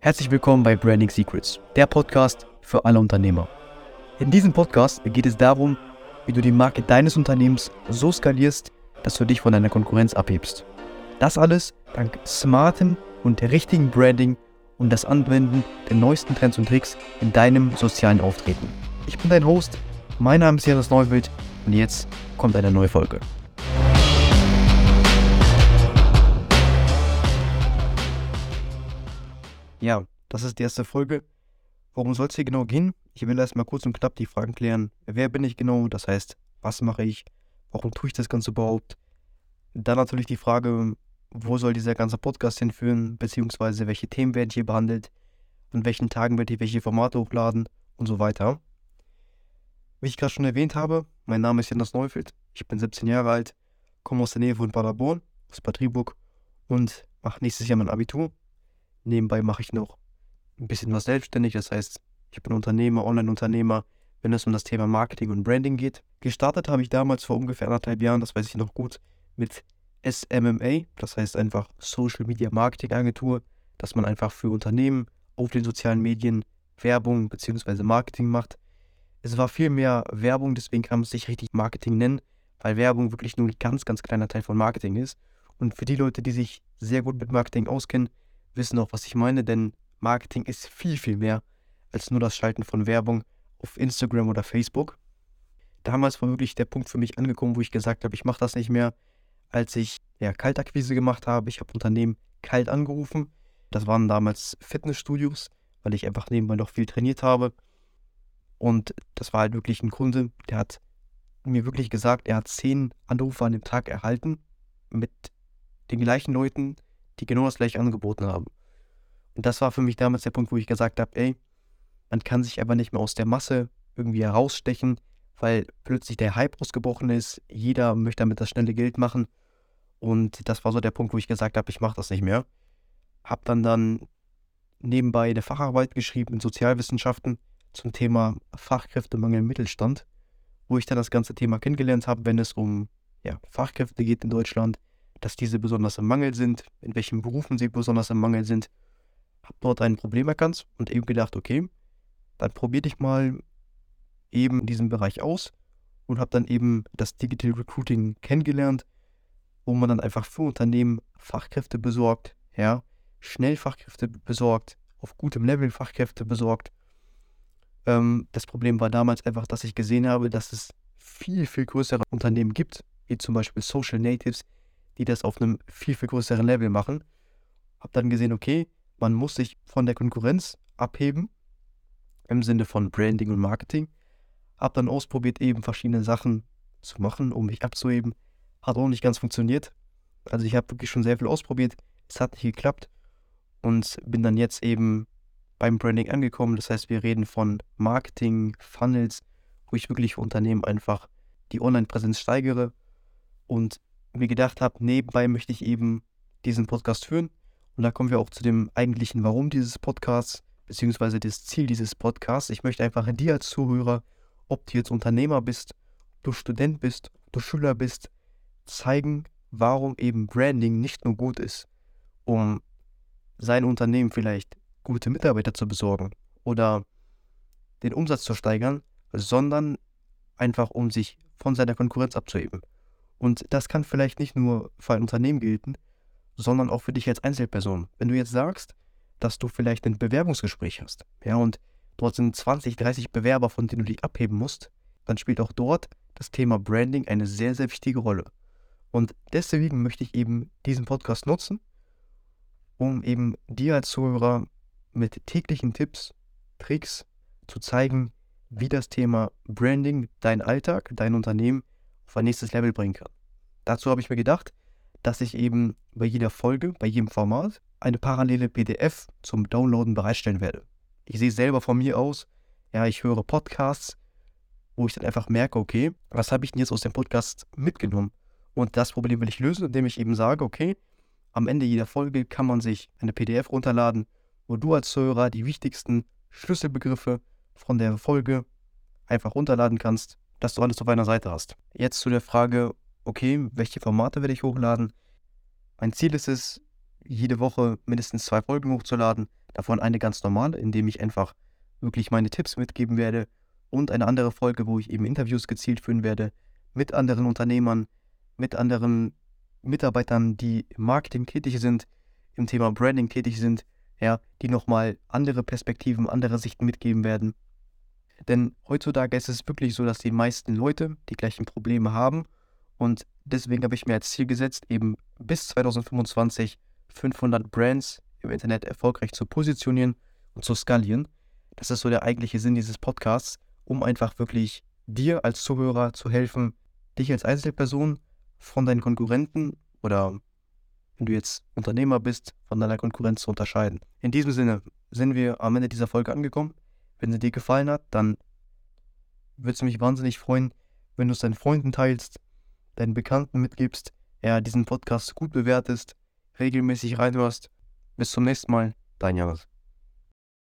Herzlich willkommen bei Branding Secrets, der Podcast für alle Unternehmer. In diesem Podcast geht es darum, wie du die Marke deines Unternehmens so skalierst, dass du dich von deiner Konkurrenz abhebst. Das alles dank smartem und richtigen Branding und das Anwenden der neuesten Trends und Tricks in deinem sozialen Auftreten. Ich bin dein Host, mein Name ist Jonas Neuwild und jetzt kommt eine neue Folge. Ja, das ist die erste Folge. Worum soll es hier genau gehen? Ich will erstmal kurz und knapp die Fragen klären. Wer bin ich genau? Das heißt, was mache ich? Warum tue ich das Ganze überhaupt? Dann natürlich die Frage, wo soll dieser ganze Podcast hinführen? Beziehungsweise welche Themen werden hier behandelt? An welchen Tagen werde ich welche Formate hochladen? Und so weiter. Wie ich gerade schon erwähnt habe, mein Name ist Jonas Neuwild. Ich bin 17 Jahre alt, komme aus der Nähe von Paderborn, aus Bad Driburg und mache nächstes Jahr mein Abitur. Nebenbei mache ich noch ein bisschen was selbstständig, das heißt, ich bin Unternehmer, Online-Unternehmer, wenn es um das Thema Marketing und Branding geht. Gestartet habe ich damals vor ungefähr 1,5 Jahren, das weiß ich noch gut, mit SMMA, das heißt einfach Social Media Marketing Agentur, dass man einfach für Unternehmen auf den sozialen Medien Werbung bzw. Marketing macht. Es war viel mehr Werbung, deswegen kann man es nicht richtig Marketing nennen, weil Werbung wirklich nur ein ganz, ganz kleiner Teil von Marketing ist. Und für die Leute, die sich sehr gut mit Marketing auskennen, wissen auch, was ich meine, denn Marketing ist viel, viel mehr als nur das Schalten von Werbung auf Instagram oder Facebook. Damals war wirklich der Punkt für mich angekommen, wo ich gesagt habe, ich mache das nicht mehr, als ich Kaltakquise gemacht habe. Ich habe Unternehmen kalt angerufen. Das waren damals Fitnessstudios, weil ich einfach nebenbei noch viel trainiert habe. Und das war halt wirklich ein Kunde, der hat mir wirklich gesagt, er hat 10 Anrufe an dem Tag erhalten mit den gleichen Leuten, die genau das gleiche angeboten haben. Und das war für mich damals der Punkt, wo ich gesagt habe, man kann sich aber nicht mehr aus der Masse irgendwie herausstechen, weil plötzlich der Hype ausgebrochen ist, jeder möchte damit das schnelle Geld machen. Und das war so der Punkt, wo ich gesagt habe, ich mache das nicht mehr. Habe dann nebenbei eine Facharbeit geschrieben in Sozialwissenschaften zum Thema Fachkräftemangel im Mittelstand, wo ich dann das ganze Thema kennengelernt habe, wenn es um Fachkräfte geht in Deutschland, dass diese besonders im Mangel sind, in welchen Berufen sie besonders im Mangel sind. Habe dort ein Problem erkannt und eben gedacht, okay, dann probiere ich mal eben in diesem Bereich aus und habe dann eben das Digital Recruiting kennengelernt, wo man dann einfach für Unternehmen Fachkräfte besorgt, schnell Fachkräfte besorgt, auf gutem Level Fachkräfte besorgt. Das Problem war damals einfach, dass ich gesehen habe, dass es viel, viel größere Unternehmen gibt, wie zum Beispiel Social Natives, die das auf einem viel, viel größeren Level machen. Habe dann gesehen, okay, man muss sich von der Konkurrenz abheben, im Sinne von Branding und Marketing. Habe dann ausprobiert, eben verschiedene Sachen zu machen, um mich abzuheben. Hat auch nicht ganz funktioniert. Also ich habe wirklich schon sehr viel ausprobiert. Es hat nicht geklappt und bin dann jetzt eben beim Branding angekommen. Das heißt, wir reden von Marketing, Funnels, wo ich wirklich für Unternehmen einfach die Online-Präsenz steigere und mir gedacht habe, nebenbei möchte ich eben diesen Podcast führen. Und da kommen wir auch zu dem eigentlichen Warum dieses Podcasts, beziehungsweise das Ziel dieses Podcasts. Ich möchte einfach dir als Zuhörer, ob du jetzt Unternehmer bist, ob du Student bist, ob du Schüler bist, zeigen, warum eben Branding nicht nur gut ist, um sein Unternehmen vielleicht gute Mitarbeiter zu besorgen oder den Umsatz zu steigern, sondern einfach um sich von seiner Konkurrenz abzuheben. Und das kann vielleicht nicht nur für ein Unternehmen gelten, sondern auch für dich als Einzelperson. Wenn du jetzt sagst, dass du vielleicht ein Bewerbungsgespräch hast, und dort sind 20, 30 Bewerber, von denen du dich abheben musst, dann spielt auch dort das Thema Branding eine sehr, sehr wichtige Rolle. Und deswegen möchte ich eben diesen Podcast nutzen, um eben dir als Zuhörer mit täglichen Tipps, Tricks zu zeigen, wie das Thema Branding deinen Alltag, dein Unternehmen auf ein nächstes Level bringen kann. Dazu habe ich mir gedacht, dass ich eben bei jeder Folge, bei jedem Format eine parallele PDF zum Downloaden bereitstellen werde. Ich sehe selber von mir aus, ich höre Podcasts, wo ich dann einfach merke, okay, was habe ich denn jetzt aus dem Podcast mitgenommen? Und das Problem will ich lösen, indem ich eben sage, okay, am Ende jeder Folge kann man sich eine PDF runterladen, wo du als Zuhörer die wichtigsten Schlüsselbegriffe von der Folge einfach runterladen kannst, dass du alles auf einer Seite hast. Jetzt zu der Frage, okay, welche Formate werde ich hochladen? Mein Ziel ist es, jede Woche mindestens 2 Folgen hochzuladen. Davon eine ganz normale, in dem ich einfach wirklich meine Tipps mitgeben werde und eine andere Folge, wo ich eben Interviews gezielt führen werde mit anderen Unternehmern, mit anderen Mitarbeitern, die im Marketing tätig sind, im Thema Branding tätig sind, ja, die nochmal andere Perspektiven, andere Sichten mitgeben werden. Denn heutzutage ist es wirklich so, dass die meisten Leute die gleichen Probleme haben und deswegen habe ich mir als Ziel gesetzt, eben bis 2025 500 Brands im Internet erfolgreich zu positionieren und zu skalieren. Das ist so der eigentliche Sinn dieses Podcasts, um einfach wirklich dir als Zuhörer zu helfen, dich als Einzelperson von deinen Konkurrenten oder wenn du jetzt Unternehmer bist, von deiner Konkurrenz zu unterscheiden. In diesem Sinne sind wir am Ende dieser Folge angekommen. Wenn sie dir gefallen hat, dann würde es mich wahnsinnig freuen, wenn du es deinen Freunden teilst, deinen Bekannten mitgibst, ja, diesen Podcast gut bewertest, regelmäßig reinhörst. Bis zum nächsten Mal, dein Janis.